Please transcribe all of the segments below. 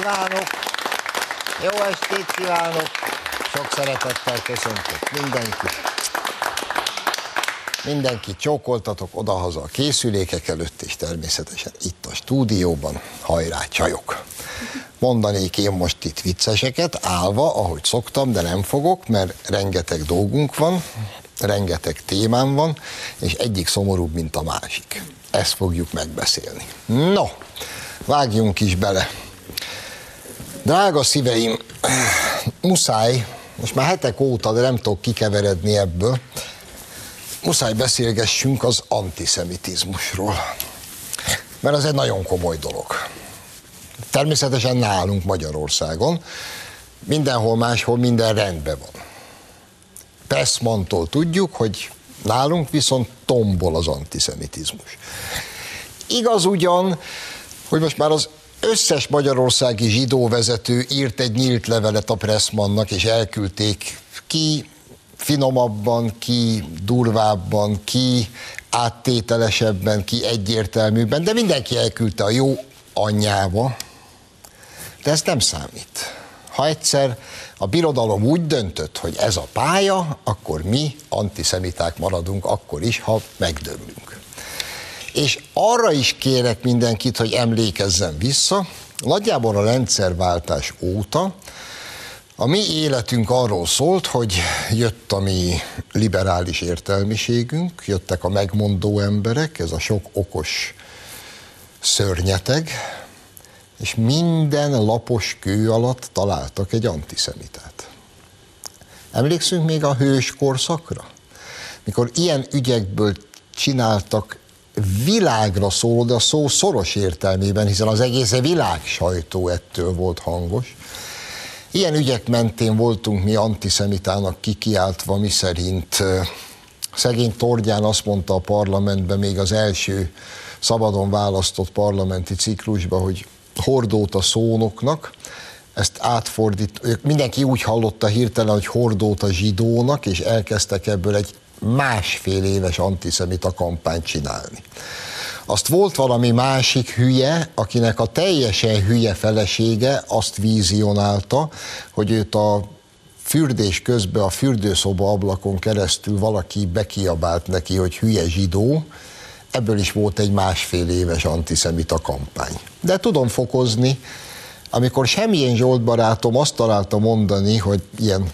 kívánok! Jó estét kívánok! Sok szeretettel köszöntök mindenkit csókoltatok odahaza a készülékek előtt, és természetesen itt a stúdióban. Hajrá, csajok! Mondanék én most itt vicceseket, állva, ahogy szoktam, de nem fogok, mert rengeteg dolgunk van, rengeteg témám van, és egyik szomorúbb, mint a másik. Ezt fogjuk megbeszélni. No, vágjunk is bele. Drága szíveim, muszáj, most már hetek óta, de nem tudok kikeveredni ebből, muszáj beszélgessünk az antiszemitizmusról. Mert az egy nagyon komoly dolog. Természetesen nálunk Magyarországon, mindenhol máshol minden rendben van. Pressmantól tudjuk, hogy nálunk viszont tombol az antiszemitizmus. Igaz ugyan, hogy most már az összes magyarországi zsidó vezető írt egy nyílt levelet a Pressmannak, és elküldték ki finomabban, ki durvábban, ki áttételesebben, ki egyértelműbben, de mindenki elküldte a jó anyjába. De ez nem számít. Ha egyszer a birodalom úgy döntött, hogy ez a pálya, akkor mi antiszemiták maradunk akkor is, ha megdöglünk. És arra is kérek mindenkit, hogy emlékezzen vissza, nagyjából a rendszerváltás óta a mi életünk arról szólt, hogy jött a mi liberális értelmiségünk, jöttek a megmondó emberek, ez a sok okos szörnyeteg, és minden lapos kő alatt találtak egy antiszemitát. Emlékszünk még a hős korszakra? Mikor ilyen ügyekből csináltak világra szóló, de a szó szoros értelmében, hiszen az egész világ sajtó ettől volt hangos. Ilyen ügyek mentén voltunk mi antiszemitának kikiáltva, miszerint szegény Tordján azt mondta a parlamentben, még az első szabadon választott parlamenti ciklusban, hogy Hordóta szónoknak, ezt mindenki úgy hallotta hirtelen, hogy Hordóta zsidónak, és elkezdtek ebből egy másfél éves antiszemita kampányt csinálni. Azt volt valami másik hülye, akinek a teljesen hülye felesége azt vízionálta, hogy őt a fürdés közben a fürdőszoba ablakon keresztül valaki bekiabált neki, hogy hülye zsidó. Ebből is volt egy másfél éves antiszemita kampány. De tudom fokozni, amikor Semjén Zsolt barátom azt találta mondani, hogy ilyen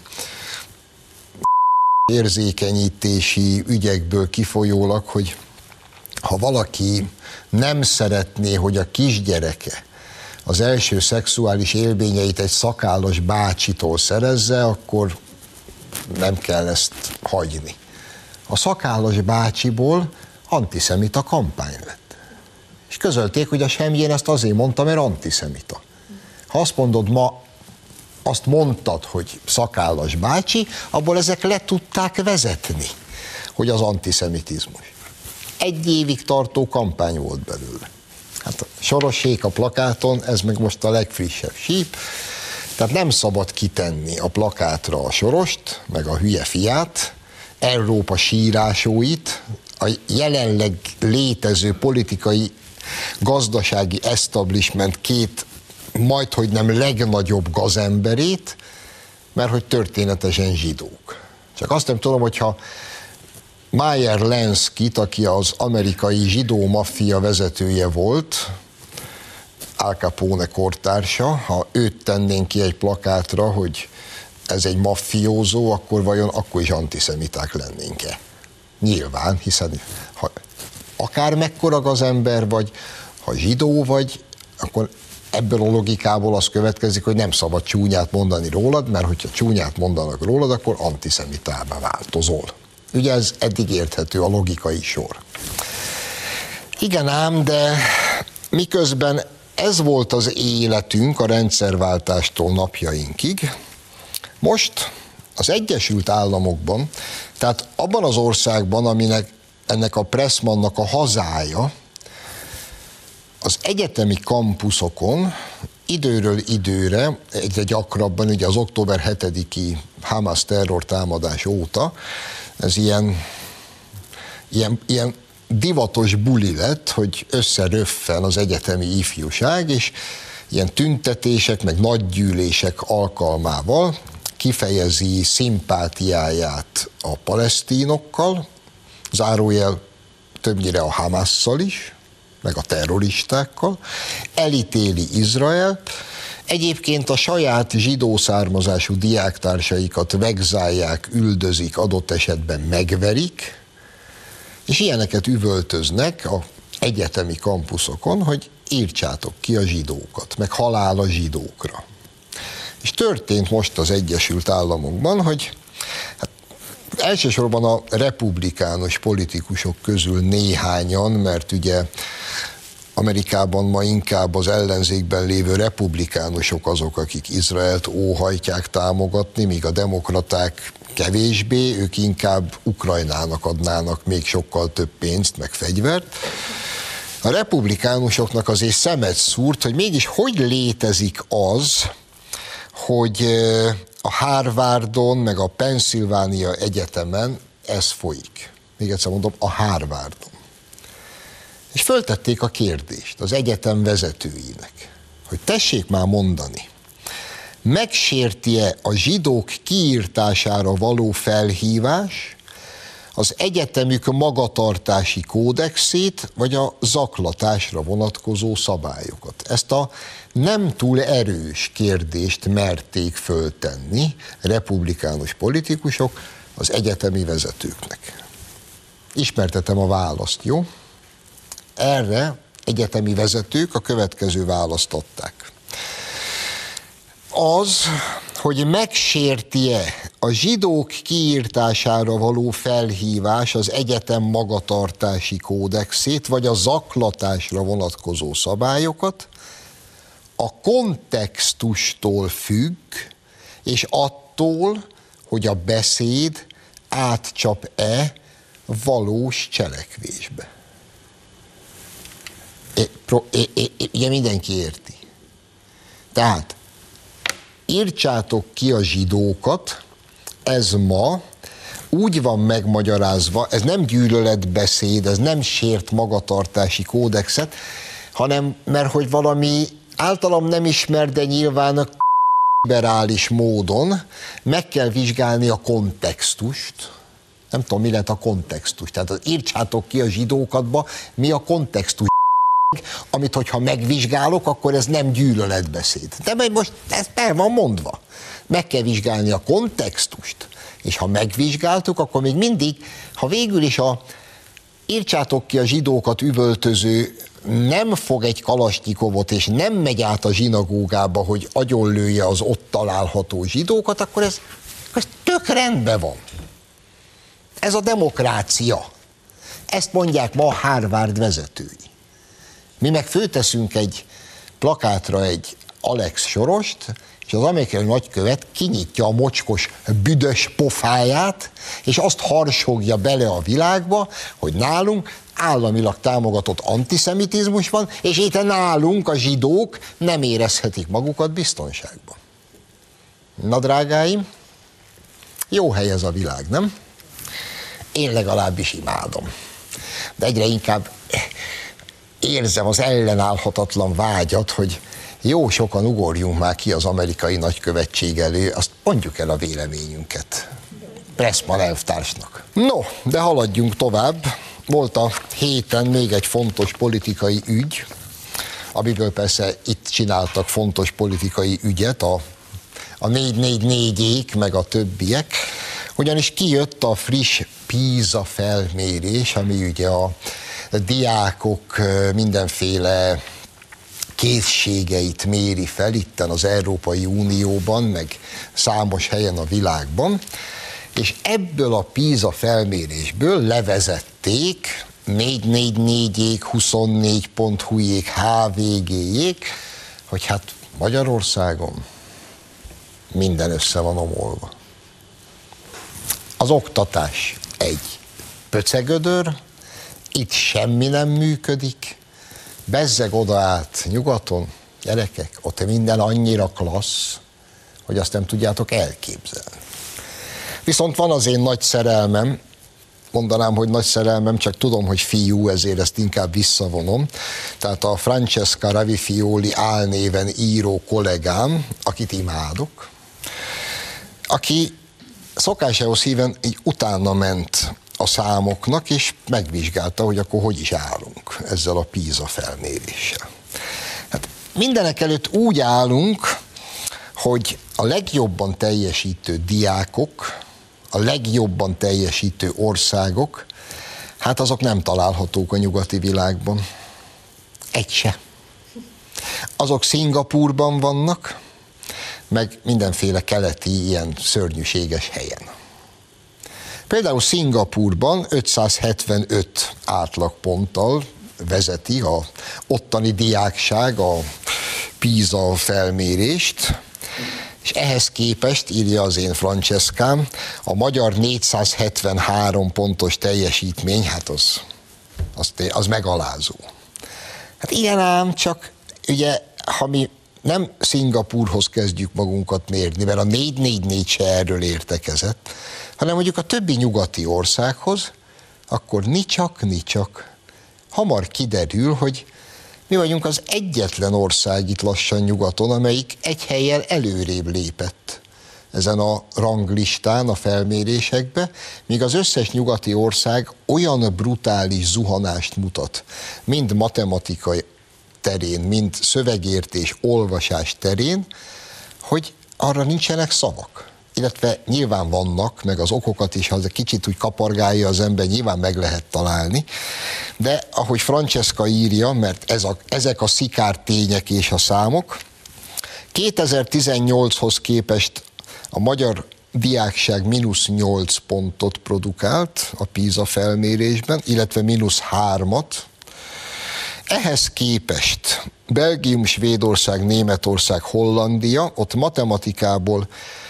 érzékenyítési ügyekből kifolyólag, hogy ha valaki nem szeretné, hogy a kisgyereke az első szexuális élményeit egy szakállas bácsitól szerezze, akkor nem kell ezt hagyni. A szakállas bácsiból antiszemita kampány lett. És közölték, hogy a Semjén ezt azért mondta, mert antiszemita. Ha azt mondod ma, azt mondtad, hogy szakállas bácsi, abból ezek le tudták vezetni, hogy az antiszemitizmus. Egy évig tartó kampány volt belőle. Hát Sorossék a plakáton, ez meg most a legfrissebb síp, tehát nem szabad kitenni a plakátra a Sorost, meg a hülye fiát, Európa sírásóit, a jelenleg létező politikai, gazdasági establishment két majdhogy nem legnagyobb gazemberét, mert hogy történetesen zsidók. Csak azt nem tudom, hogyha Meyer Lenskit, aki az amerikai zsidó maffia vezetője volt, Al Capone kortársa, ha őt tennénk ki egy plakátra, hogy ez egy maffiózó, akkor vajon akkor is antiszemiták lennénk-e? Nyilván, hiszen ha akár mekkora gazember vagy, ha zsidó vagy, akkor ebből a logikából az következik, hogy nem szabad csúnyát mondani rólad, mert hogyha csúnyát mondanak rólad, akkor antiszemitába változol. Ugye ez eddig érthető a logikai sor. Igen ám, de miközben ez volt az életünk a rendszerváltástól napjainkig, most az Egyesült Államokban, tehát abban az országban, aminek ennek a Pressmannak a hazája, az egyetemi kampuszokon időről időre, egyre gyakrabban, ugye az október 7-i Hamas terrortámadás óta, ez ilyen divatos buli lett, hogy összeröffen az egyetemi ifjúság, és ilyen tüntetések, meg nagygyűlések alkalmával kifejezi szimpátiáját a palesztinokkal, zárójel többnyire a Hamasszal is, meg a terroristákkal, elítéli Izraelt, egyébként a saját zsidó származású diáktársaikat vegzálják, üldözik, adott esetben megverik, és ilyeneket üvöltöznek az egyetemi kampuszokon, hogy írtsátok ki a zsidókat, meg halál a zsidókra. És történt most az Egyesült Államokban, hogy hát elsősorban a republikánus politikusok közül néhányan, mert ugye Amerikában ma inkább az ellenzékben lévő republikánusok azok, akik Izraelt óhajtják támogatni, míg a demokraták kevésbé, ők inkább Ukrajnának adnának még sokkal több pénzt, meg fegyvert. A republikánusoknak azért szemet szúrt, hogy mégis hogy létezik az, hogy a Harvardon, meg a Pennsylvania Egyetemen ez folyik. Még egyszer mondom, a Harvardon. És föltették a kérdést az egyetem vezetőinek, hogy tessék már mondani, megsérti-e a zsidók kiírtására való felhívás az egyetemük magatartási kódexét, vagy a zaklatásra vonatkozó szabályokat. Ezt a nem túl erős kérdést merték föltenni republikánus politikusok az egyetemi vezetőknek. Ismertetem a választ, jó? Erre egyetemi vezetők a következő választ adták. Az, hogy megsérti-e a zsidók kiírtására való felhívás az egyetem magatartási kódexét, vagy a zaklatásra vonatkozó szabályokat, a kontextustól függ, és attól, hogy a beszéd átcsap-e valós cselekvésbe. Ugye mindenki érti. Tehát írtsátok ki a zsidókat, ez ma úgy van megmagyarázva, ez nem gyűlöletbeszéd, ez nem sért magatartási kódexet, hanem mert hogy valami általam nem ismert, de nyilván liberális módon meg kell vizsgálni a kontextust. Nem tudom, mi lett a kontextus. Tehát az írtsátok ki a zsidókatba, mi a kontextus, amit hogyha megvizsgálok, akkor ez nem gyűlöletbeszéd. De most ez el van mondva. Meg kell vizsgálni a kontextust, és ha megvizsgáltuk, akkor még mindig, ha végül is a írtsátok ki a zsidókat üvöltöző nem fog egy kalasnyikovot, és nem megy át a zsinagógába, hogy agyonlője az ott található zsidókat, akkor ez tök rendben van. Ez a demokrácia. Ezt mondják ma a Harvard vezetői. Mi meg fölteszünk egy plakátra egy Alex Sorost, és az amerikai nagykövet kinyitja a mocskos büdös pofáját, és azt harsogja bele a világba, hogy nálunk államilag támogatott antiszemitizmus van, és itt nálunk a zsidók nem érezhetik magukat biztonságban. Na drágáim, jó hely ez a világ, nem? Én legalábbis imádom. De egyre inkább érzem az ellenállhatatlan vágyat, hogy jó sokan ugorjunk már ki az amerikai nagykövetség elő, azt mondjuk el a véleményünket Pressman elvtársnak. No, de haladjunk tovább. Volt a héten még egy fontos politikai ügy, amiből persze itt csináltak fontos politikai ügyet, a 444-ék, meg a többiek, ugyanis kijött a friss PISA felmérés, ami ugye a diákok mindenféle készségeit méri fel itten az Európai Unióban, meg számos helyen a világban, és ebből a PISA felmérésből levezették 444-ék, 24.hu-ék, HVG-ék, hogy hát Magyarországon minden össze van omolva. Az oktatás egy pöcegödör, itt semmi nem működik, bezzeg oda át nyugaton, gyerekek, ott minden annyira klassz, hogy azt nem tudjátok elképzelni. Viszont van az én nagy szerelmem, mondanám, hogy nagy szerelmem, csak tudom, hogy fiú, ezért ezt inkább visszavonom. Tehát a Francesca Ravifioli álnéven író kollégám, akit imádok, aki szokásához híven így utána ment a számoknak, és megvizsgálta, hogy akkor hogy is állunk ezzel a PISA felméréssel. Hát mindenek előtt úgy állunk, hogy a legjobban teljesítő diákok, a legjobban teljesítő országok, hát azok nem találhatók a nyugati világban. Egy se. Azok Szingapúrban vannak, meg mindenféle keleti ilyen szörnyűséges helyen. Például Szingapúrban 575 átlagponttal vezeti a ottani diákság a PISA felmérést, és ehhez képest, írja az én Franceskám, a magyar 473 pontos teljesítmény, hát az megalázó. Hát ilyen ám, csak ugye, ha mi nem Szingapúrhoz kezdjük magunkat mérni, mert a 444 se erről értekezett, hanem mondjuk a többi nyugati országhoz, akkor nicsak hamar kiderül, hogy mi vagyunk az egyetlen ország itt lassan nyugaton, amelyik egy hellyel előrébb lépett ezen a ranglistán, a felmérésekbe, míg az összes nyugati ország olyan brutális zuhanást mutat, mind matematikai terén, mind szövegértés, olvasás terén, hogy arra nincsenek szavak. Illetve nyilván vannak, meg az okokat is, ha az egy kicsit úgy kapargálja az ember, nyilván meg lehet találni, de ahogy Francesca írja, mert ezek a szikár tények és a számok, 2018-hoz képest a magyar diákság -8 pontot produkált a PISA felmérésben, illetve -3-at. Ehhez képest Belgium, Svédország, Németország, Hollandia, ott matematikából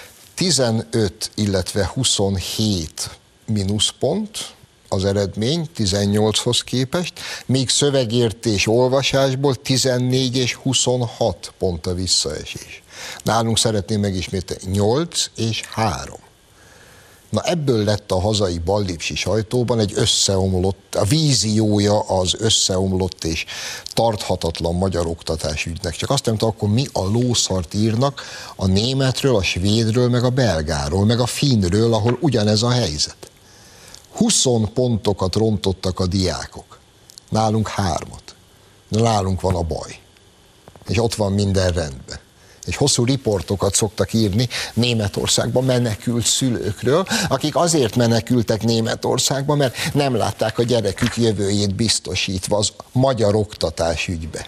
15, illetve 27 mínuszpont az eredmény 18-hoz képest, míg szövegértés olvasásból 14 és 26 pont a visszaesés. Nálunk szeretném megismételni 8 és 3. Na ebből lett a hazai ballipsi sajtóban egy összeomlott, a víziója az összeomlott és tarthatatlan magyar oktatásügynek. Csak azt nem tudom, akkor mi a lószart írnak a németről, a svédről, meg a belgáról, meg a finnről, ahol ugyanez a helyzet. 20 pontokat rontottak a diákok. Nálunk 3. De nálunk van a baj. És ott van minden rendben. És hosszú riportokat szoktak írni Németországban menekült szülőkről, akik azért menekültek Németországba, mert nem látták a gyerekük jövőjét biztosítva az magyar oktatásügybe.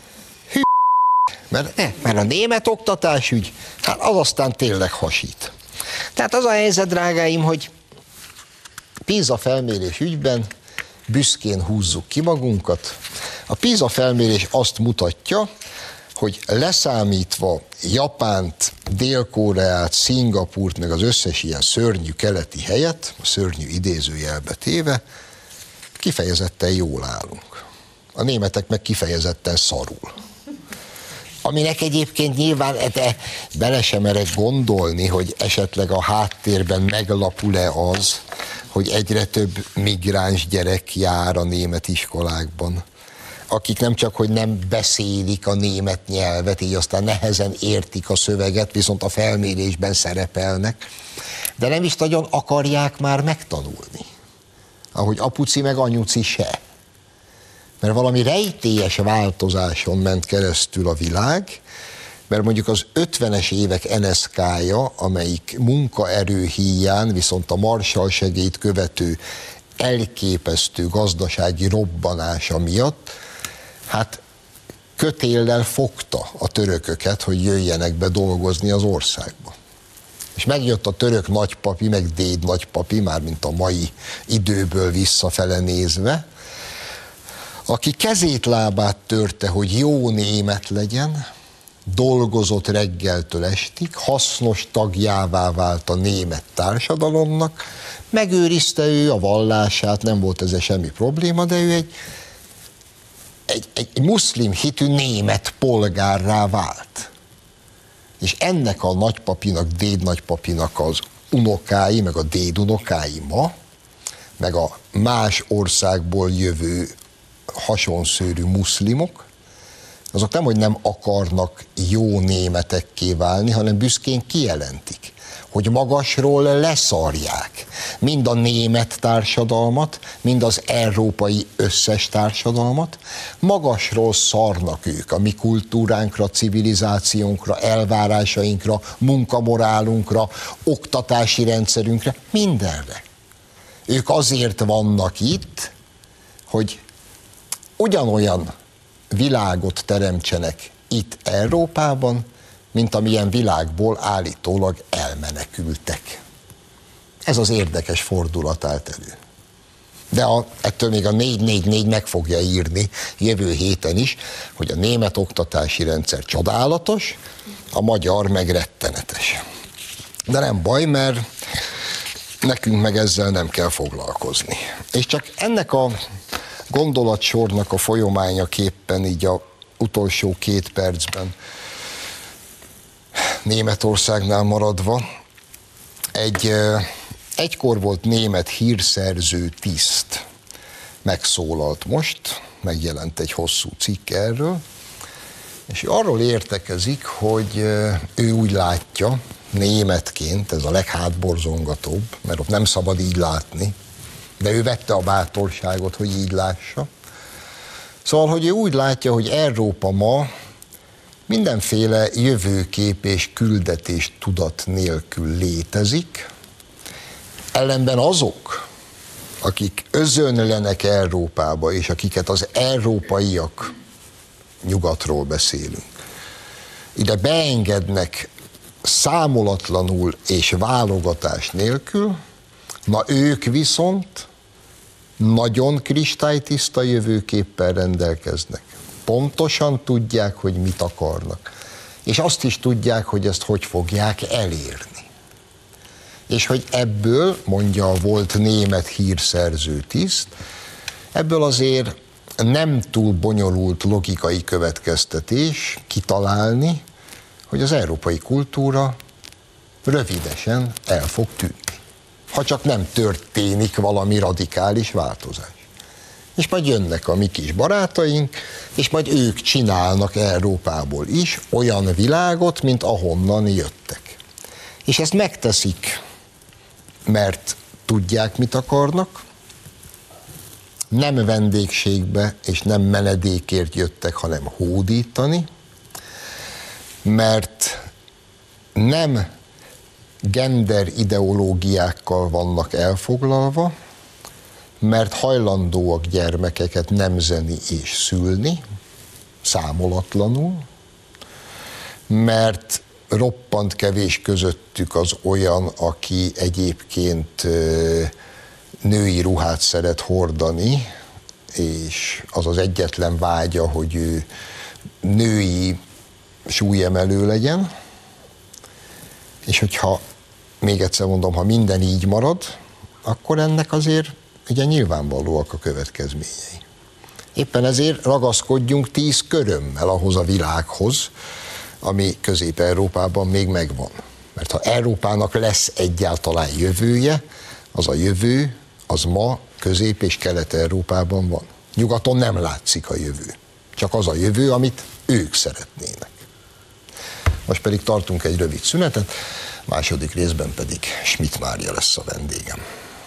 Mert a német oktatásügy, hát az aztán tényleg hasít. Tehát az a helyzet, drágáim, hogy PISA felmérés ügyben büszkén húzzuk ki magunkat. A PISA felmérés azt mutatja, hogy leszámítva Japánt, Dél-Koreát, Szingapúrt, meg az összes ilyen szörnyű keleti helyet, a szörnyű idézőjelbe téve, kifejezetten jól állunk. A németek meg kifejezetten szarul. Aminek egyébként nyilván bele sem merek gondolni, hogy esetleg a háttérben meglapul-e az, hogy egyre több migráns gyerek jár a német iskolákban, akik nem csak, hogy nem beszélik a német nyelvet, így aztán nehezen értik a szöveget, viszont a felmérésben szerepelnek, de nem is nagyon akarják már megtanulni. Ahogy apuci meg anyuci se. Mert valami rejtélyes változáson ment keresztül a világ, mert mondjuk az 50-es évek NSZK-ja, amelyik munkaerő híján, viszont a Marshall segélyt követő elképesztő gazdasági robbanása miatt, hát kötéllel fogta a törököket, hogy jöjjenek be dolgozni az országba. És megjött a török nagypapi, meg déd nagypapi, mármint a mai időből visszafele nézve, aki kezét lábát törte, hogy jó német legyen, dolgozott reggeltől estig, hasznos tagjává vált a német társadalomnak, megőrizte ő a vallását, nem volt ezzel semmi probléma, de ő egy muszlim hitű német polgárrá vált. És ennek a nagypapinak, dédnagypapinak az unokái, meg a dédunokái ma meg a más országból jövő hasonszőrű muszlimok, azok nem, hogy nem akarnak jó németekké válni, hanem büszkén kijelentik, hogy magasról leszarják mind a német társadalmat, mind az európai összes társadalmat, magasról szarnak ők a mi kultúránkra, civilizációnkra, elvárásainkra, munkamorálunkra, oktatási rendszerünkre, mindenre. Ők azért vannak itt, hogy ugyanolyan világot teremtsenek itt Európában, mint amilyen világból állítólag elmenekültek. Ez az érdekes fordulat állt elő. De ettől még a 444 meg fogja írni jövő héten is, hogy a német oktatási rendszer csodálatos, a magyar meg rettenetes. De nem baj, mert nekünk meg ezzel nem kell foglalkozni. És csak ennek a gondolatsornak a folyamányaképpen így a utolsó 2 percben Németországnál maradva, egykor volt német hírszerző tiszt, megszólalt most, megjelent egy hosszú cikk erről, és arról értekezik, hogy ő úgy látja, németként, ez a leghátborzongatóbb, mert ott nem szabad így látni, de ő vette a bátorságot, hogy így lássa. Szóval, hogy ő úgy látja, hogy Európa ma mindenféle jövőkép és küldetés tudat nélkül létezik, ellenben azok, akik özönlenek Európába, és akiket az európaiak, nyugatról beszélünk, ide beengednek számolatlanul és válogatás nélkül, na ők viszont nagyon kristálytiszta jövőképpel rendelkeznek. Pontosan tudják, hogy mit akarnak. És azt is tudják, hogy ezt hogy fogják elérni. És hogy ebből, mondja a volt német hírszerző tiszt, ebből azért nem túl bonyolult logikai következtetés kitalálni, hogy az európai kultúra rövidesen el fog tűnni. Ha csak nem történik valami radikális változás. És majd jönnek a mi kis barátaink, és majd ők csinálnak Európából is olyan világot, mint ahonnan jöttek. És ezt megteszik, mert tudják, mit akarnak, nem vendégségbe és nem menedékért jöttek, hanem hódítani, mert nem gender ideológiákkal vannak elfoglalva, mert hajlandóak gyermekeket nemzeni és szülni, számolatlanul, mert roppant kevés közöttük az olyan, aki egyébként női ruhát szeret hordani, és az az egyetlen vágya, hogy ő női súlyemelő legyen, és hogyha, még egyszer mondom, ha minden így marad, akkor ennek azért ugye nyilvánvalóak a következményei. Éppen ezért ragaszkodjunk 10 körömmel ahhoz a világhoz, ami Közép-Európában még megvan. Mert ha Európának lesz egyáltalán jövője, az a jövő, az ma Közép- és Kelet-Európában van. Nyugaton nem látszik a jövő. Csak az a jövő, amit ők szeretnének. Most pedig tartunk egy rövid szünetet, második részben pedig Schmidt Mária lesz a vendégem.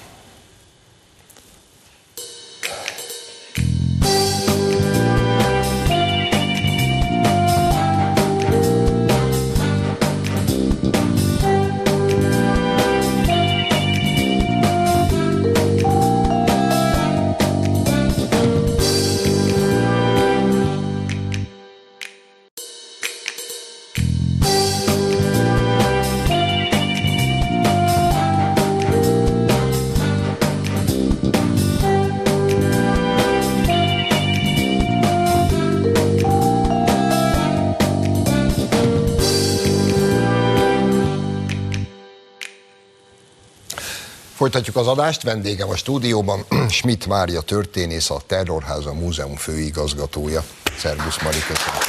Folytatjuk az adást, vendégem a stúdióban Schmidt Mária történész, a Terrorháza Múzeum főigazgatója. Szervusz, Mari, köszönöm.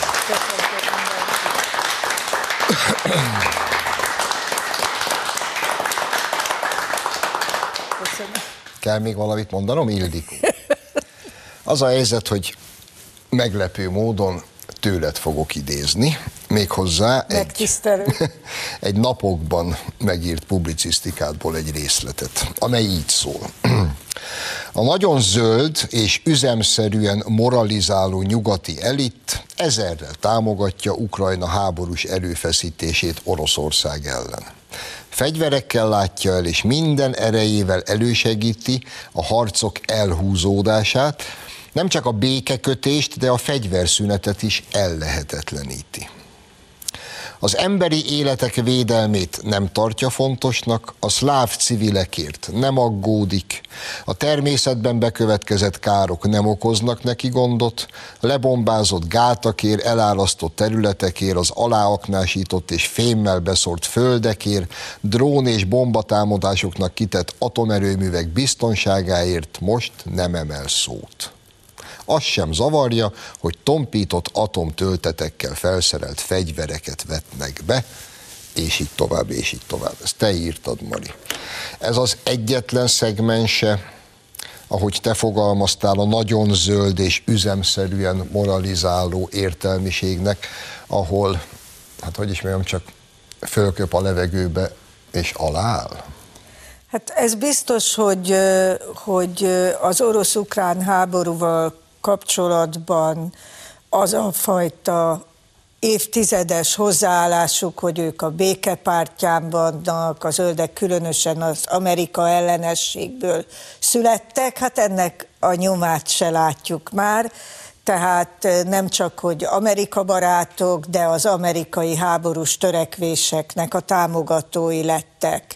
Kell még valamit mondanom, Ildikó? Az a helyzet, hogy meglepő módon tőled fogok idézni, méghozzá egy napokban megírt publicisztikádból egy részletet, amely így szól. A nagyon zöld és üzemszerűen moralizáló nyugati elit ezerrel támogatja Ukrajna háborús erőfeszítését Oroszország ellen. Fegyverekkel látja el, és minden erejével elősegíti a harcok elhúzódását, nem csak a békekötést, de a fegyverszünetet is ellehetetleníti. Az emberi életek védelmét nem tartja fontosnak, a szláv civilekért nem aggódik, a természetben bekövetkezett károk nem okoznak neki gondot, lebombázott gátakért, elárasztott területekért, az aláaknásított és fémmel beszórt földekért, drón és bombatámadásoknak kitett atomerőművek biztonságáért most nem emel szót. Azt sem zavarja, hogy tompított atomtöltetekkel felszerelt fegyvereket vetnek be, és így tovább, és így tovább. Ezt te írtad, Mari. Ez az egyetlen szegmense, ahogy te fogalmaztál, a nagyon zöld és üzemszerűen moralizáló értelmiségnek, ahol, hát hogy is mondjam, csak fölköp a levegőbe és aláll? Hát ez biztos, hogy az orosz-ukrán háborúval kapcsolatban az a fajta évtizedes hozzáállásuk, hogy ők a békepártján vannak, a zöldek különösen az Amerika ellenességből születtek, hát ennek a nyomát se látjuk már, tehát nem csak, hogy Amerika barátok, de az amerikai háborús törekvéseknek a támogatói lettek.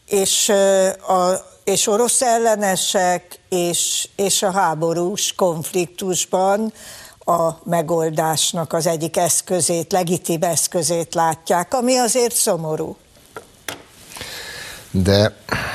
És orosz ellenesek, és a háborús konfliktusban a megoldásnak az egyik eszközét, legitim eszközét látják, ami azért szomorú. De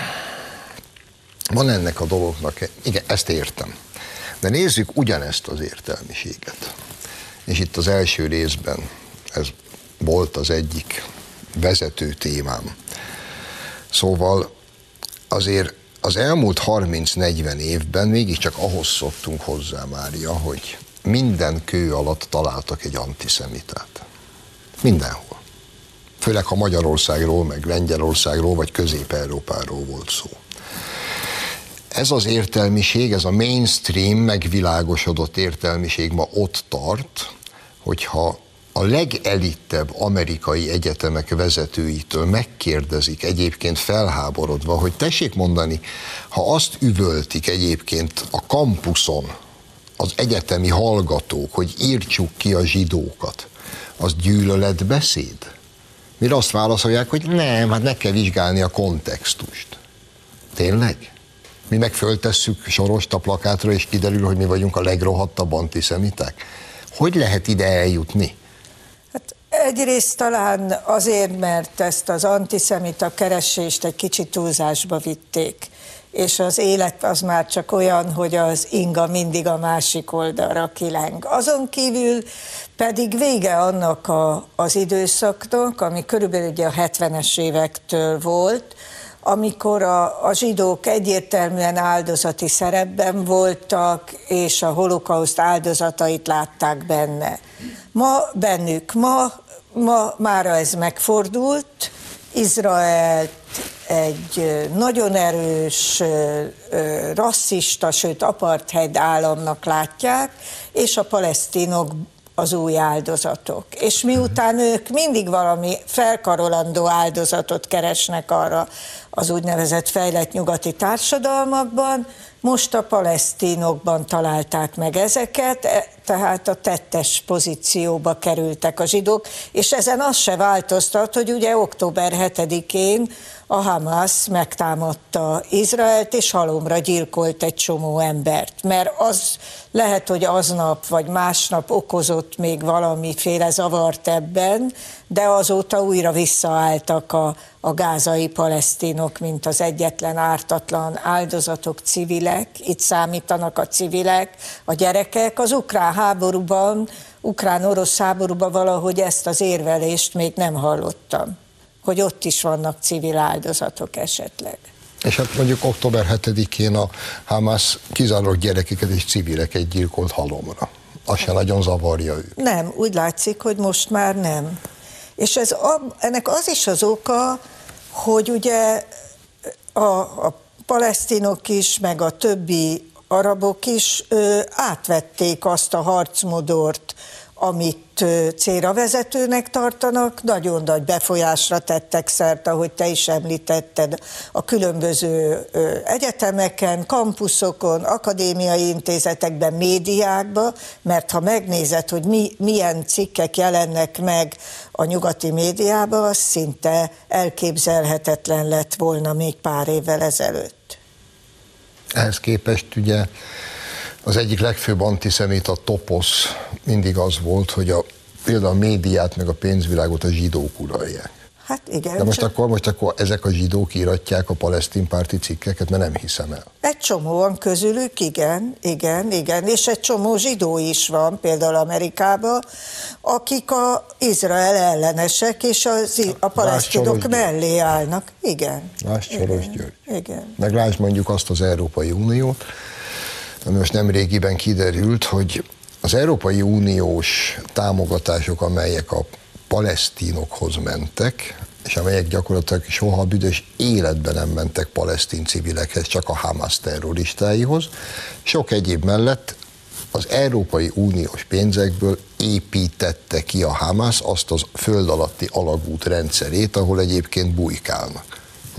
van ennek a dolognak, igen, ezt értem, de nézzük ugyanezt az értelmiséget. És itt az első részben ez volt az egyik vezető témám. Szóval azért az elmúlt 30-40 évben mégiscsak ahhoz szoktunk hozzá, Mária, hogy minden kő alatt találtak egy antiszemitát. Mindenhol. Főleg, ha Magyarországról, meg Lengyelországról, vagy Közép-Európáról volt szó. Ez az értelmiség, ez a mainstream, megvilágosodott értelmiség ma ott tart, hogyha a legelitebb amerikai egyetemek vezetőitől megkérdezik egyébként felháborodva, hogy tessék mondani, ha azt üvöltik egyébként a kampuszon az egyetemi hallgatók, hogy írtsuk ki a zsidókat, az gyűlöletbeszéd? Mire azt válaszolják, hogy nem, hát meg kell vizsgálni a kontextust. Tényleg? Mi meg föltesszük Sorost a plakátra, és kiderül, hogy mi vagyunk a legrohadtabb antiszemiták? Hogy lehet ide eljutni? Hát egyrészt talán azért, mert ezt az antiszemita keresést egy kicsit túlzásba vitték, és az élet az már csak olyan, hogy az inga mindig a másik oldalra kileng. Azon kívül pedig vége annak az időszaknak, ami körülbelül ugye a 70-es évektől volt, amikor a zsidók egyértelműen áldozati szerepben voltak, és a holokauszt áldozatait látták benne. Ma mára ez megfordult, Izraelt egy nagyon erős, rasszista, sőt apartheid államnak látják, és a palesztinok az új áldozatok. És miután ők mindig valami felkarolandó áldozatot keresnek arra az úgynevezett fejlett nyugati társadalmakban, most a palesztinokban találták meg ezeket, tehát a tettes pozícióba kerültek a zsidók, és ezen az se változtat, hogy ugye október 7-én a Hamász megtámadta Izraelt, és halomra gyilkolt egy csomó embert, mert az lehet, hogy aznap vagy másnap okozott még valamiféle zavart ebben, de azóta újra visszaálltak a gázai palesztinok, mint az egyetlen ártatlan áldozatok, civilek, itt számítanak a civilek, a gyerekek. Az ukrán háborúban, ukrán-orosz háborúban valahogy ezt az érvelést még nem hallottam, hogy ott is vannak civil áldozatok esetleg. És hát mondjuk október 7-én a Hamász kizárólag gyerekeket és civileket gyilkolt halomra. Az se nagyon zavarja őt. Nem, úgy látszik, hogy most már nem. És ennek az is az oka, hogy ugye a palesztinok is, meg a többi arabok is átvették azt a harcmodort, amit célra vezetőnek tartanak, nagyon nagy befolyásra tettek szert, ahogy te is említetted, a különböző egyetemeken, kampuszokon, akadémiai intézetekben, médiákban, mert ha megnézed, hogy milyen cikkek jelennek meg a nyugati médiában, az szinte elképzelhetetlen lett volna még pár évvel ezelőtt. Ehhez képest ugye az egyik legfőbb antiszemita toposz mindig az volt, hogy például a médiát meg a pénzvilágot a zsidók uralják. Hát igen. De most akkor ezek a zsidók íratják a palesztin párti cikkeket, mert nem hiszem el. Egy csomóan közülük, igen, és egy csomó zsidó is van, például Amerikában, akik az Izrael ellenesek, és a palesztinok mellé állnak. Igen. Lásd Soros György. Igen. Meg lásd mondjuk azt az Európai Uniót, ami most nemrégiben kiderült, hogy az Európai Uniós támogatások, amelyek a palesztinokhoz mentek, és amelyek gyakorlatilag soha büdös életben nem mentek palesztin civilekhez, csak a Hamász terroristáihoz, sok egyéb mellett az Európai Uniós pénzekből építette ki a Hamász azt az föld alatti alagút rendszerét, ahol egyébként bujkálnak.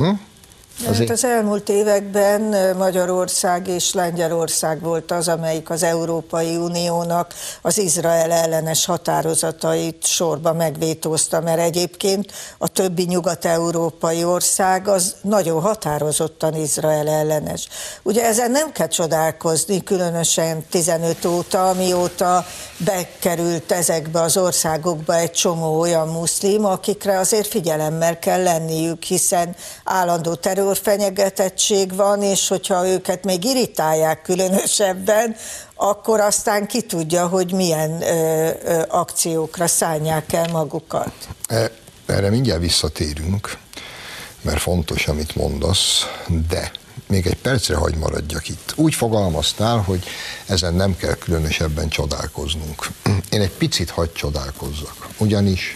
Hát az elmúlt években Magyarország és Lengyelország volt az, amelyik az Európai Uniónak az Izrael ellenes határozatait sorba megvétózta, mert egyébként a többi nyugat-európai ország az nagyon határozottan Izrael ellenes. Ugye ezen nem kell csodálkozni, különösen 15 óta, amióta bekerült ezekbe az országokba egy csomó olyan muszlim, akikre azért figyelemmel kell lenniük, hiszen állandó terrorfenyegetettség van, és hogyha őket még irritálják különösebben, akkor aztán ki tudja, hogy milyen akciókra szállják el magukat. Erre mindjárt visszatérünk, mert fontos, amit mondasz, de még egy percre hagy maradjak itt. Úgy fogalmaztál, hogy ezen nem kell különösebben csodálkoznunk. Én egy picit hagy csodálkozzak, ugyanis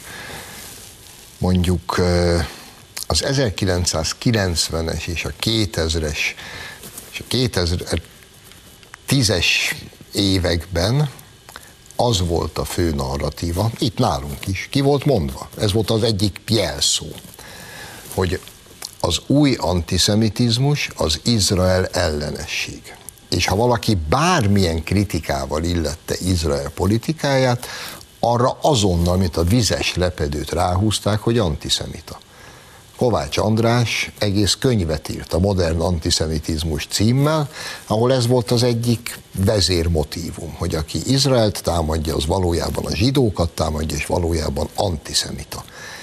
mondjuk az 1990-es és a 2000-es és a 2010-es években az volt a fő narratíva, itt nálunk is, ki volt mondva, ez volt az egyik jelszó, hogy az új antiszemitizmus az Izrael ellenesség. És ha valaki bármilyen kritikával illette Izrael politikáját, arra azonnal, mint a vizes lepedőt ráhúzták, hogy antiszemita. Kovács András egész könyvet írt a Modern Antiszemitizmus címmel, ahol ez volt az egyik vezérmotívum, hogy aki Izraelt támadja, az valójában a zsidókat támadja, és valójában antiszemita.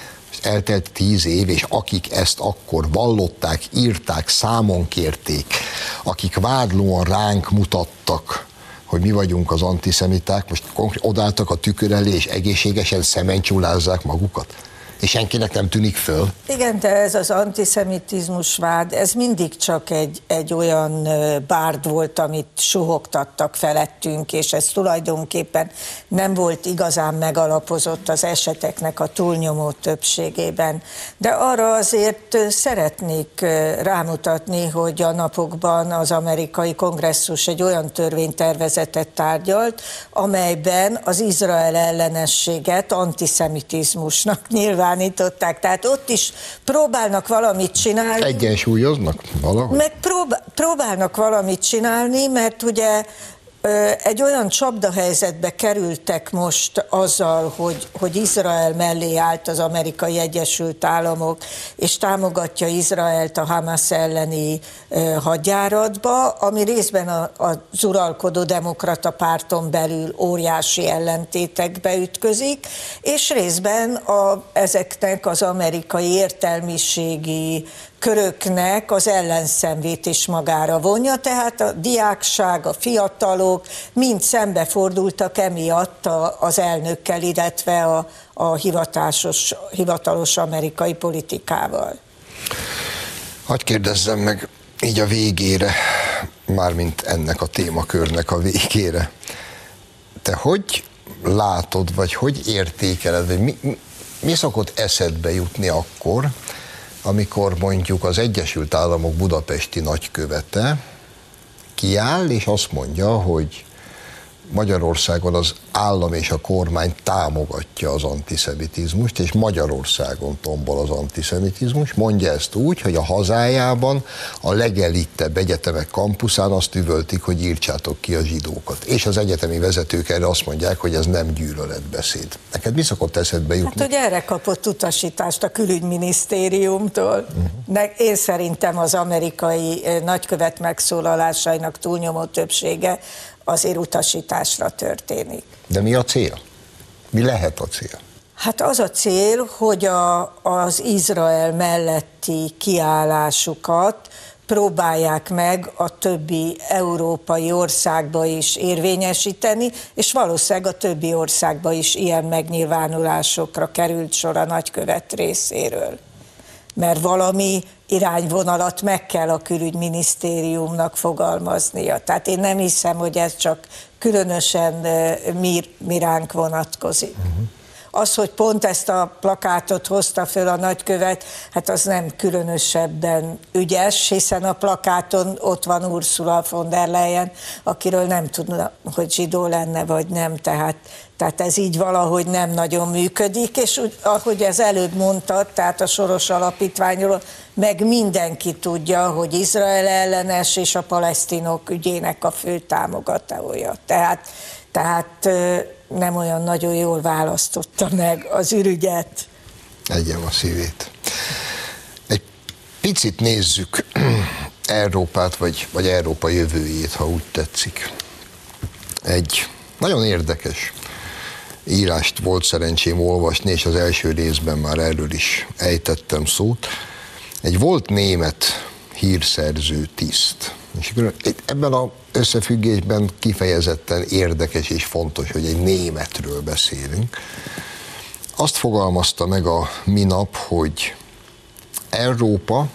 Eltelt 10 év, és akik ezt akkor vallották, írták, számon kérték, akik vádlóan ránk mutattak, hogy mi vagyunk az antiszemiták, most odálltak a tükör elé, és egészségesen szementyúlázzák magukat. És senkinek nem tűnik föl. Igen, de ez az antiszemitizmus vád, ez mindig csak egy olyan bárd volt, amit suhogtattak felettünk, és ez tulajdonképpen nem volt igazán megalapozott az eseteknek a túlnyomó többségében. De arra azért szeretnék rámutatni, hogy a napokban az amerikai kongresszus egy olyan törvénytervezetet tárgyalt, amelyben az Izrael ellenességet antiszemitizmusnak nyilvánították. Tehát ott is próbálnak valamit csinálni. Egyensúlyoznak valahogy? Meg próbálnak valamit csinálni, mert ugye egy olyan csapdahelyzetbe kerültek most azzal, hogy Izrael mellé állt az Amerikai Egyesült Államok, és támogatja Izraelt a Hamász elleni hadjáratba, ami részben az uralkodó demokrata párton belül óriási ellentétekbe ütközik, és részben ezeknek az amerikai értelmiségi köröknek az ellenszenvét is magára vonja, tehát a diákság, a fiatalok mind szembefordultak emiatt az elnökkel, illetve a hivatalos amerikai politikával. Hadd kérdezzem meg, így a végére, mármint ennek a témakörnek a végére, te hogy látod, vagy hogy értékeled, vagy mi szokott eszedbe jutni akkor, amikor mondjuk az Egyesült Államok budapesti nagykövete kiáll, és azt mondja, hogy Magyarországon az állam és a kormány támogatja az antiszemitizmust, és Magyarországon tombol az antiszemitizmus. Mondja ezt úgy, hogy a hazájában a legelittebb egyetemek kampuszán azt üvöltik, hogy írtsátok ki a zsidókat. És az egyetemi vezetők erre azt mondják, hogy ez nem gyűlöletbeszéd. Neked mi szokott eszedbe jutni? Hát, hogy erre kapott utasítást a külügyminisztériumtól. Én szerintem az amerikai nagykövet megszólalásainak túlnyomó többsége azért utasításra történik. De mi a cél? Mi lehet a cél? Hát az a cél, hogy az Izrael melletti kiállásukat próbálják meg a többi európai országba is érvényesíteni, és valószínűleg a többi országba is ilyen megnyilvánulásokra került sor a nagykövet részéről. Mert valami irányvonalat meg kell a külügyminisztériumnak fogalmaznia. Tehát én nem hiszem, hogy ez csak különösen mi ránk vonatkozik. Az, hogy pont ezt a plakátot hozta föl a nagykövet, hát az nem különösebben ügyes, hiszen a plakáton ott van Ursula von der Leyen, akiről nem tudna, hogy zsidó lenne, vagy nem, tehát ez így valahogy nem nagyon működik, és úgy, ahogy ez előbb mondtad, tehát a Soros Alapítványról, meg mindenki tudja, hogy Izrael ellenes és a palesztinok ügyének a fő támogatója. Tehát nem olyan nagyon jól választotta meg az ürügyet. Egyem a szívét. Egy picit nézzük Európát, vagy Európa jövőjét, ha úgy tetszik. Egy nagyon érdekes írást volt szerencsém olvasni, és az első részben már erről is ejtettem szót. Egy volt német hírszerző tiszt. És ebben az összefüggésben kifejezetten érdekes és fontos, hogy egy németről beszélünk. Azt fogalmazta meg a minap, hogy Európa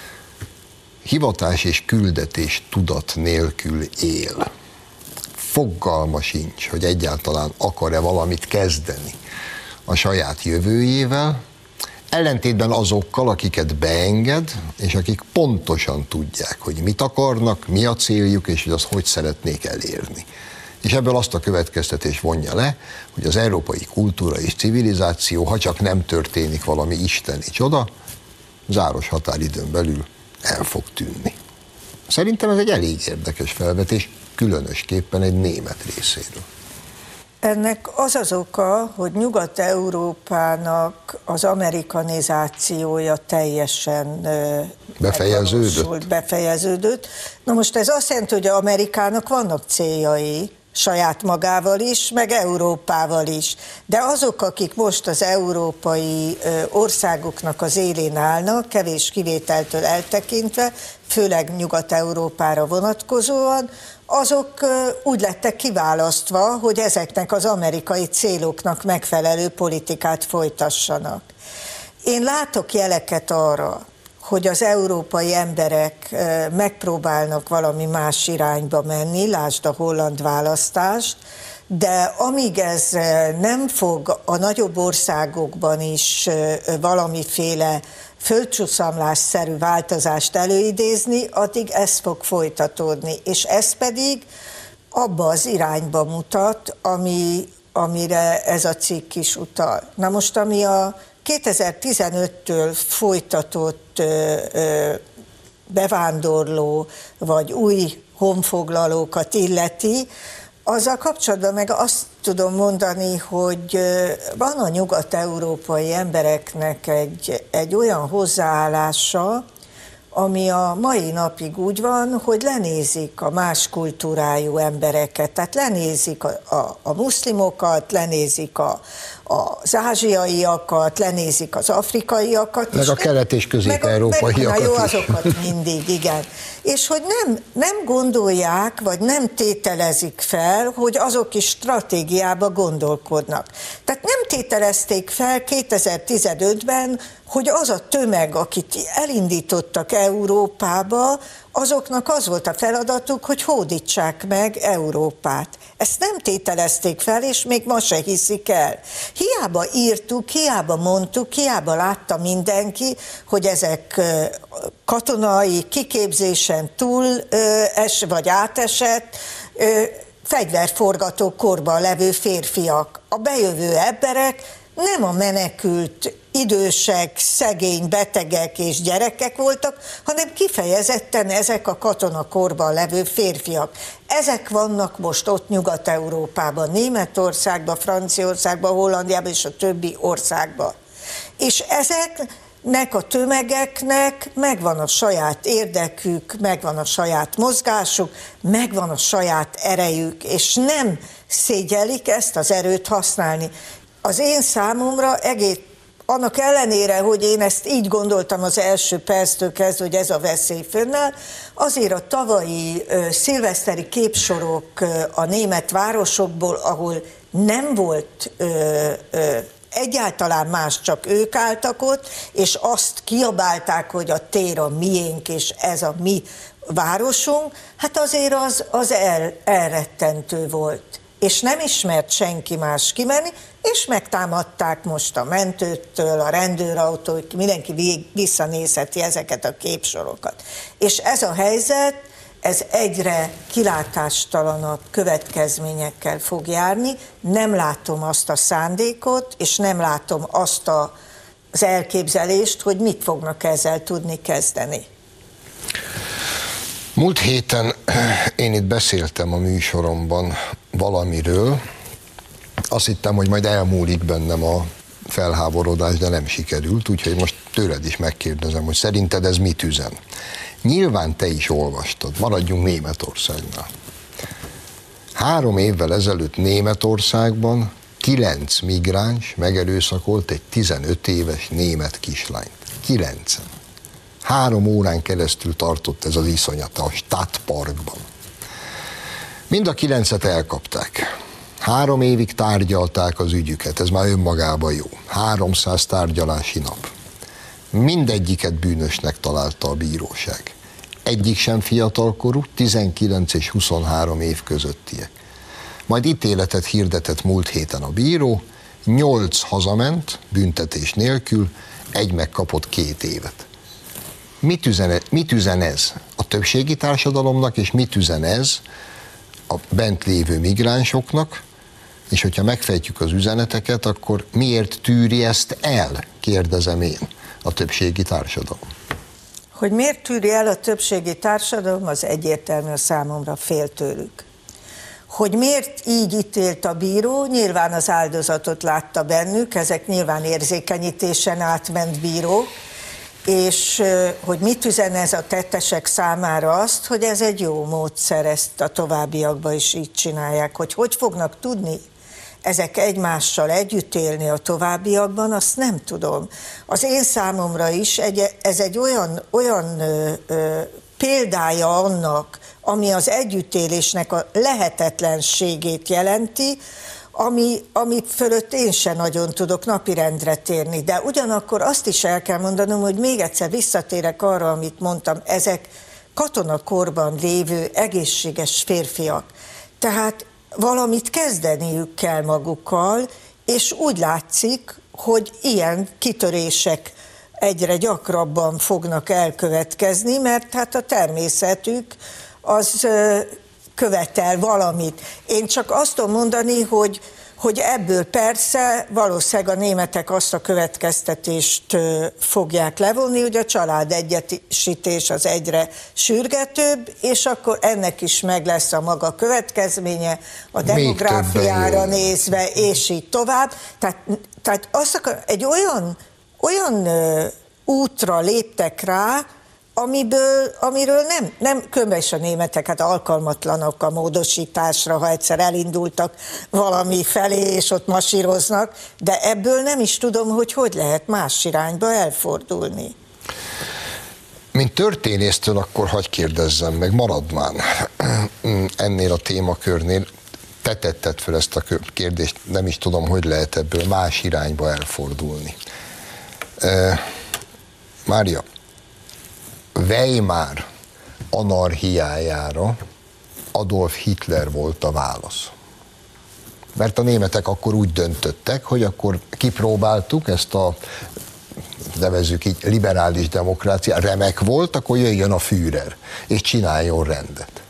hivatás és küldetés tudat nélkül él. Fogalma sincs, hogy egyáltalán akar-e valamit kezdeni a saját jövőjével, ellentétben azokkal, akiket beenged, és akik pontosan tudják, hogy mit akarnak, mi a céljuk, és hogy azt hogy szeretnék elérni. És ebből azt a következtetést vonja le, hogy az európai kultúra és civilizáció, ha csak nem történik valami isteni csoda, záros határidőn belül el fog tűnni. Szerintem ez egy elég érdekes felvetés, különösképpen egy német részéről. Ennek az az oka, hogy Nyugat-Európának az amerikanizációja teljesen befejeződött. Na most ez azt jelenti, hogy Amerikának vannak céljai, saját magával is, meg Európával is. De azok, akik most az európai országoknak az élén állnak, kevés kivételtől eltekintve, főleg Nyugat-Európára vonatkozóan, azok úgy lettek kiválasztva, hogy ezeknek az amerikai céloknak megfelelő politikát folytassanak. Én látok jeleket arra, hogy az európai emberek megpróbálnak valami más irányba menni, lásd a holland választást, de amíg ez nem fog a nagyobb országokban is valamiféle földcsúszamlásszerű változást előidézni, addig ez fog folytatódni, és ez pedig abba az irányba mutat, amire ez a cikk is utal. Na most, ami a 2015-től folytatott bevándorló vagy új honfoglalókat illeti, azzal kapcsolatban meg azt tudom mondani, hogy van a nyugat-európai embereknek egy olyan hozzáállása, ami a mai napig úgy van, hogy lenézik a más kultúrájú embereket, tehát lenézik a muszlimokat, lenézik az ázsiaiakat, lenézik az afrikaiakat. Meg a kelet- és közép-európaiakat is. Jó, is. azokat mindig, igen. És hogy nem gondolják, vagy nem tételezik fel, hogy azok is stratégiába gondolkodnak. Tehát nem tételezték fel 2015-ben, hogy az a tömeg, akit elindítottak Európába, azoknak az volt a feladatuk, hogy hódítsák meg Európát. Ezt nem tételezték fel, és még ma se hiszik el. Hiába írtuk, hiába mondtuk, hiába látta mindenki, hogy ezek katonai kiképzésen túl vagy átesett, fegyverforgató korban levő férfiak. A bejövő emberek nem a menekült idősek, szegény, betegek és gyerekek voltak, hanem kifejezetten ezek a katonakorban levő férfiak. Ezek vannak most ott Nyugat-Európában, Németországban, Franciaországban, Hollandiában és a többi országban. És ezeknek a tömegeknek megvan a saját érdekük, megvan a saját mozgásuk, megvan a saját erejük, és nem szégyellik ezt az erőt használni. Az én számomra annak ellenére, hogy én ezt így gondoltam az első perctől kezdve, hogy ez a veszély fönnáll, azért a tavalyi szilveszteri képsorok a német városokból, ahol nem volt egyáltalán más, csak ők álltak ott, és azt kiabálták, hogy a tér a miénk, és ez a mi városunk, hát azért az elrettentő volt. És nem ismert senki más kimenni, és megtámadták most a mentőtől, a rendőrautóig, mindenki visszanézheti ezeket a képsorokat. És ez a helyzet, ez egyre kilátástalanabb következményekkel fog járni. Nem látom azt a szándékot, és nem látom azt az elképzelést, hogy mit fognak ezzel tudni kezdeni. Múlt héten én itt beszéltem a műsoromban valamiről, azt hittem, hogy majd elmúlik bennem a felháborodás, de nem sikerült, úgyhogy most tőled is megkérdezem, hogy szerinted ez mit üzen? Nyilván te is olvastad, maradjunk Németországnál. 3 évvel ezelőtt Németországban 9 migráns megerőszakolt egy 15 éves német kislányt. 9. 3 órán keresztül tartott ez az iszonyata a Stadtparkban. Mind a 9-et elkapták. 3 évig tárgyalták az ügyüket, ez már önmagában jó. 300 tárgyalási nap. Mindegyiket bűnösnek találta a bíróság. Egyik sem fiatalkorú, 19 és 23 év közöttiek. Majd ítéletet hirdetett múlt héten a bíró, 8 hazament büntetés nélkül, egy megkapott 2 évet. Mit üzen ez a többségi társadalomnak, és mit üzen ez a bent lévő migránsoknak, és hogyha megfejtjük az üzeneteket, akkor miért tűri ezt el, kérdezem én, a többségi társadalom? Hogy miért tűri el a többségi társadalom, az egyértelmű, számomra fél tőlük. Hogy miért így ítélt a bíró, nyilván az áldozatot látta bennük, ezek nyilván érzékenyítésen átment bírók, és hogy mit üzen ez a tettesek számára azt, hogy ez egy jó módszer, ezt a továbbiakban is így csinálják. Hogy fognak tudni ezek egymással együtt élni a továbbiakban, azt nem tudom. Az én számomra is ez egy olyan példája annak, ami az együttélésnek a lehetetlenségét jelenti, ami fölött én sem nagyon tudok napirendre térni. De ugyanakkor azt is el kell mondanom, hogy még egyszer visszatérek arra, amit mondtam, ezek katonakorban lévő egészséges férfiak. Tehát valamit kezdeniük kell magukkal, és úgy látszik, hogy ilyen kitörések egyre gyakrabban fognak elkövetkezni, mert hát a természetük az követel valamit. Én csak azt tudom mondani, hogy ebből persze valószínűleg a németek azt a következtetést fogják levonni, hogy a családegyesítés az egyre sürgetőbb, és akkor ennek is meg lesz a maga következménye, a demográfiára nézve, és így tovább. Tehát egy olyan útra léptek rá, amiről nem különben is a németek hát alkalmatlanok a módosításra, ha egyszer elindultak valami felé, és ott masíroznak, de ebből nem is tudom, hogy lehet más irányba elfordulni. Mint történésztől akkor hadd kérdezzem meg, maradván ennél a témakörnél, te tetted fel ezt a kérdést, nem is tudom, hogy lehet ebből más irányba elfordulni. Mária, Weimar anarchiájára Adolf Hitler volt a válasz. Mert a németek akkor úgy döntöttek, hogy akkor kipróbáltuk ezt a, nevezzük így, liberális demokrácia, remek volt, akkor jöjjön a Führer, és csináljon rendet.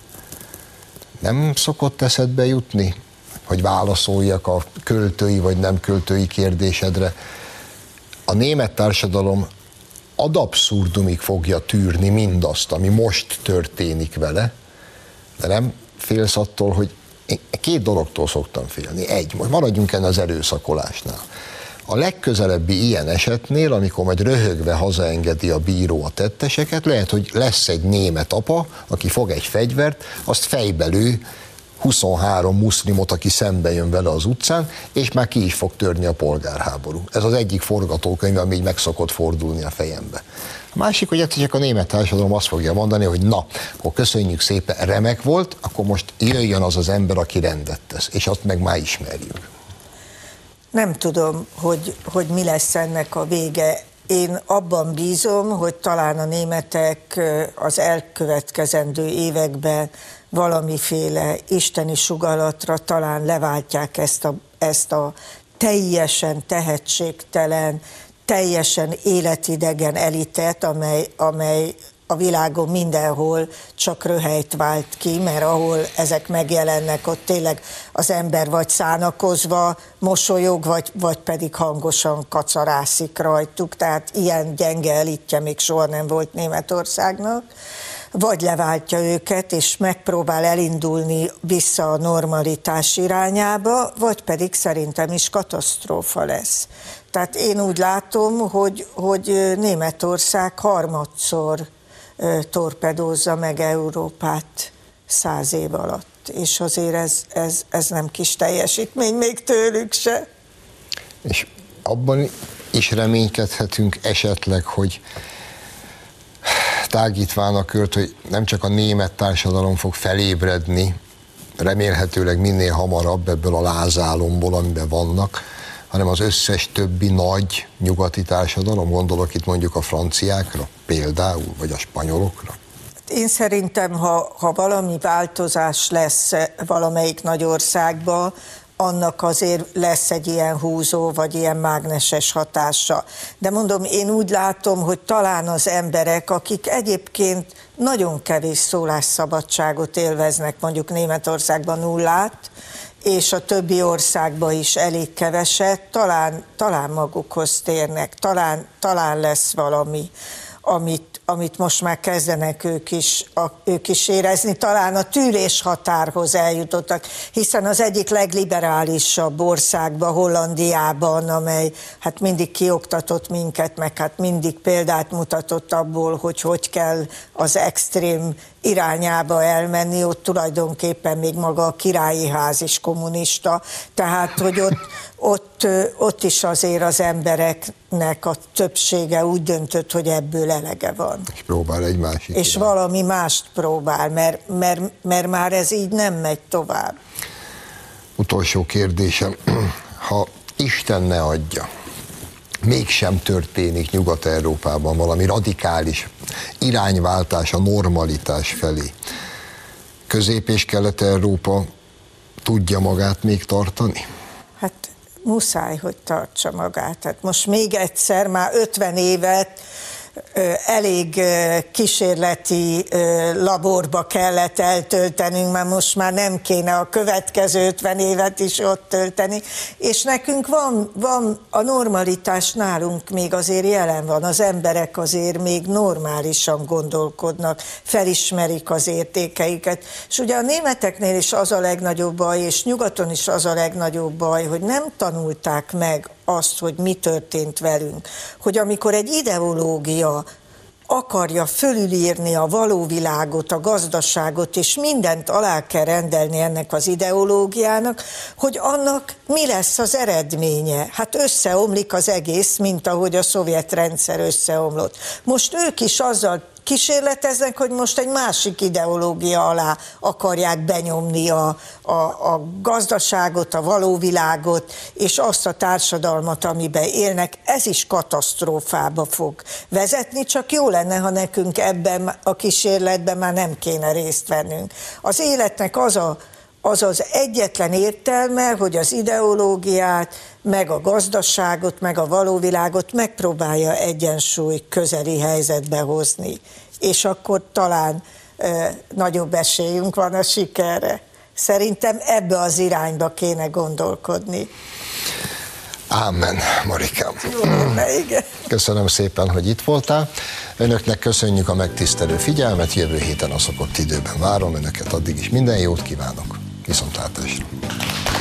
Nem szokott eszedbe jutni, hogy válaszoljak a költői vagy nem költői kérdésedre? A német társadalom ad abszurdumig fogja tűrni mindazt, ami most történik vele, de nem félsz attól, hogy én két dologtól szoktam félni. Egy, most maradjunk ennél az erőszakolásnál. A legközelebbi ilyen esetnél, amikor majd röhögve hazaengedi a bíró a tetteseket, lehet, hogy lesz egy német apa, aki fog egy fegyvert, azt fejbelő 23 muszlimot, aki szembe jön vele az utcán, és már ki is fog törni a polgárháború. Ez az egyik forgatókönyv, ami így meg szokott fordulni a fejembe. A másik, hogy egyszer csak a német társadalom azt fogja mondani, hogy na, akkor köszönjük szépen, remek volt, akkor most jöjjön az az ember, aki rendet tesz, és azt meg már ismerjük. Nem tudom, hogy mi lesz ennek a vége. Én abban bízom, hogy talán a németek az elkövetkezendő években valamiféle isteni sugallatra talán leváltják ezt a teljesen tehetségtelen, teljesen életidegen elitet, amely a világon mindenhol csak röhelyt vált ki, mert ahol ezek megjelennek, ott tényleg az ember vagy szánakozva mosolyog, vagy pedig hangosan kacarászik rajtuk, tehát ilyen gyenge elitje még soha nem volt Németországnak. Vagy leváltja őket, és megpróbál elindulni vissza a normalitás irányába, vagy pedig szerintem is katasztrófa lesz. Tehát én úgy látom, hogy Németország harmadszor torpedózza meg Európát 100 év alatt. És azért ez nem kis teljesítmény még tőlük se. És abban is reménykedhetünk esetleg, hogy tágítván a kört, hogy nem csak a német társadalom fog felébredni, remélhetőleg minél hamarabb ebből a lázálomból, amiben vannak, hanem az összes többi nagy nyugati társadalom, gondolok itt mondjuk a franciákra például, vagy a spanyolokra. Én szerintem, ha valami változás lesz valamelyik nagy országban, annak azért lesz egy ilyen húzó, vagy ilyen mágneses hatása. De mondom, én úgy látom, hogy talán az emberek, akik egyébként nagyon kevés szólásszabadságot élveznek, mondjuk Németországban 0, és a többi országban is elég keveset, talán magukhoz térnek, talán lesz valami, amit most már kezdenek ők is érezni, talán a tűrés határhoz eljutottak, hiszen az egyik legliberálisabb országban, Hollandiában, amely hát mindig kioktatott minket, meg hát mindig példát mutatott abból, hogy kell az extrém irányába elmenni, ott tulajdonképpen még maga a királyi ház is kommunista, tehát hogy ott is azért az embereknek a többsége úgy döntött, hogy ebből elege van. És próbál egy másik. És irány. Valami mást próbál, mert már ez így nem megy tovább. Utolsó kérdésem, ha Isten ne adja, mégsem történik Nyugat-Európában valami radikális irányváltás a normalitás felé, Közép- és Kelet-Európa tudja magát még tartani? Hát muszáj, hogy tartsa magát. Hát most még egyszer, már 50 évet elég kísérleti laborba kellett eltöltenünk, mert most már nem kéne a következő 50 évet is ott tölteni, és nekünk van a normalitás nálunk még azért jelen van, az emberek azért még normálisan gondolkodnak, felismerik az értékeiket, és ugye a németeknél is az a legnagyobb baj, és nyugaton is az a legnagyobb baj, hogy nem tanulták meg azt, hogy mi történt velünk. Hogy amikor egy ideológia akarja fölülírni a való világot, a gazdaságot, és mindent alá kell rendelni ennek az ideológiának, hogy annak mi lesz az eredménye. Hát összeomlik az egész, mint ahogy a szovjet rendszer összeomlott. Most ők is azzal kísérleteznek, hogy most egy másik ideológia alá akarják benyomni a gazdaságot, a való világot, és azt a társadalmat, amiben élnek. Ez is katasztrófába fog vezetni, csak jó lenne, ha nekünk ebben a kísérletben már nem kéne részt vennünk. Az életnek az egyetlen értelme, hogy az ideológiát, meg a gazdaságot, meg a való világot megpróbálja egyensúly közeli helyzetbe hozni. És akkor talán nagyobb esélyünk van a sikerre. Szerintem ebbe az irányba kéne gondolkodni. Ámen, Marikám. Igen. Köszönöm szépen, hogy itt voltál. Önöknek köszönjük a megtisztelő figyelmet, jövő héten a szokott időben várom önöket, addig is minden jót kívánok. Viszontlátásra.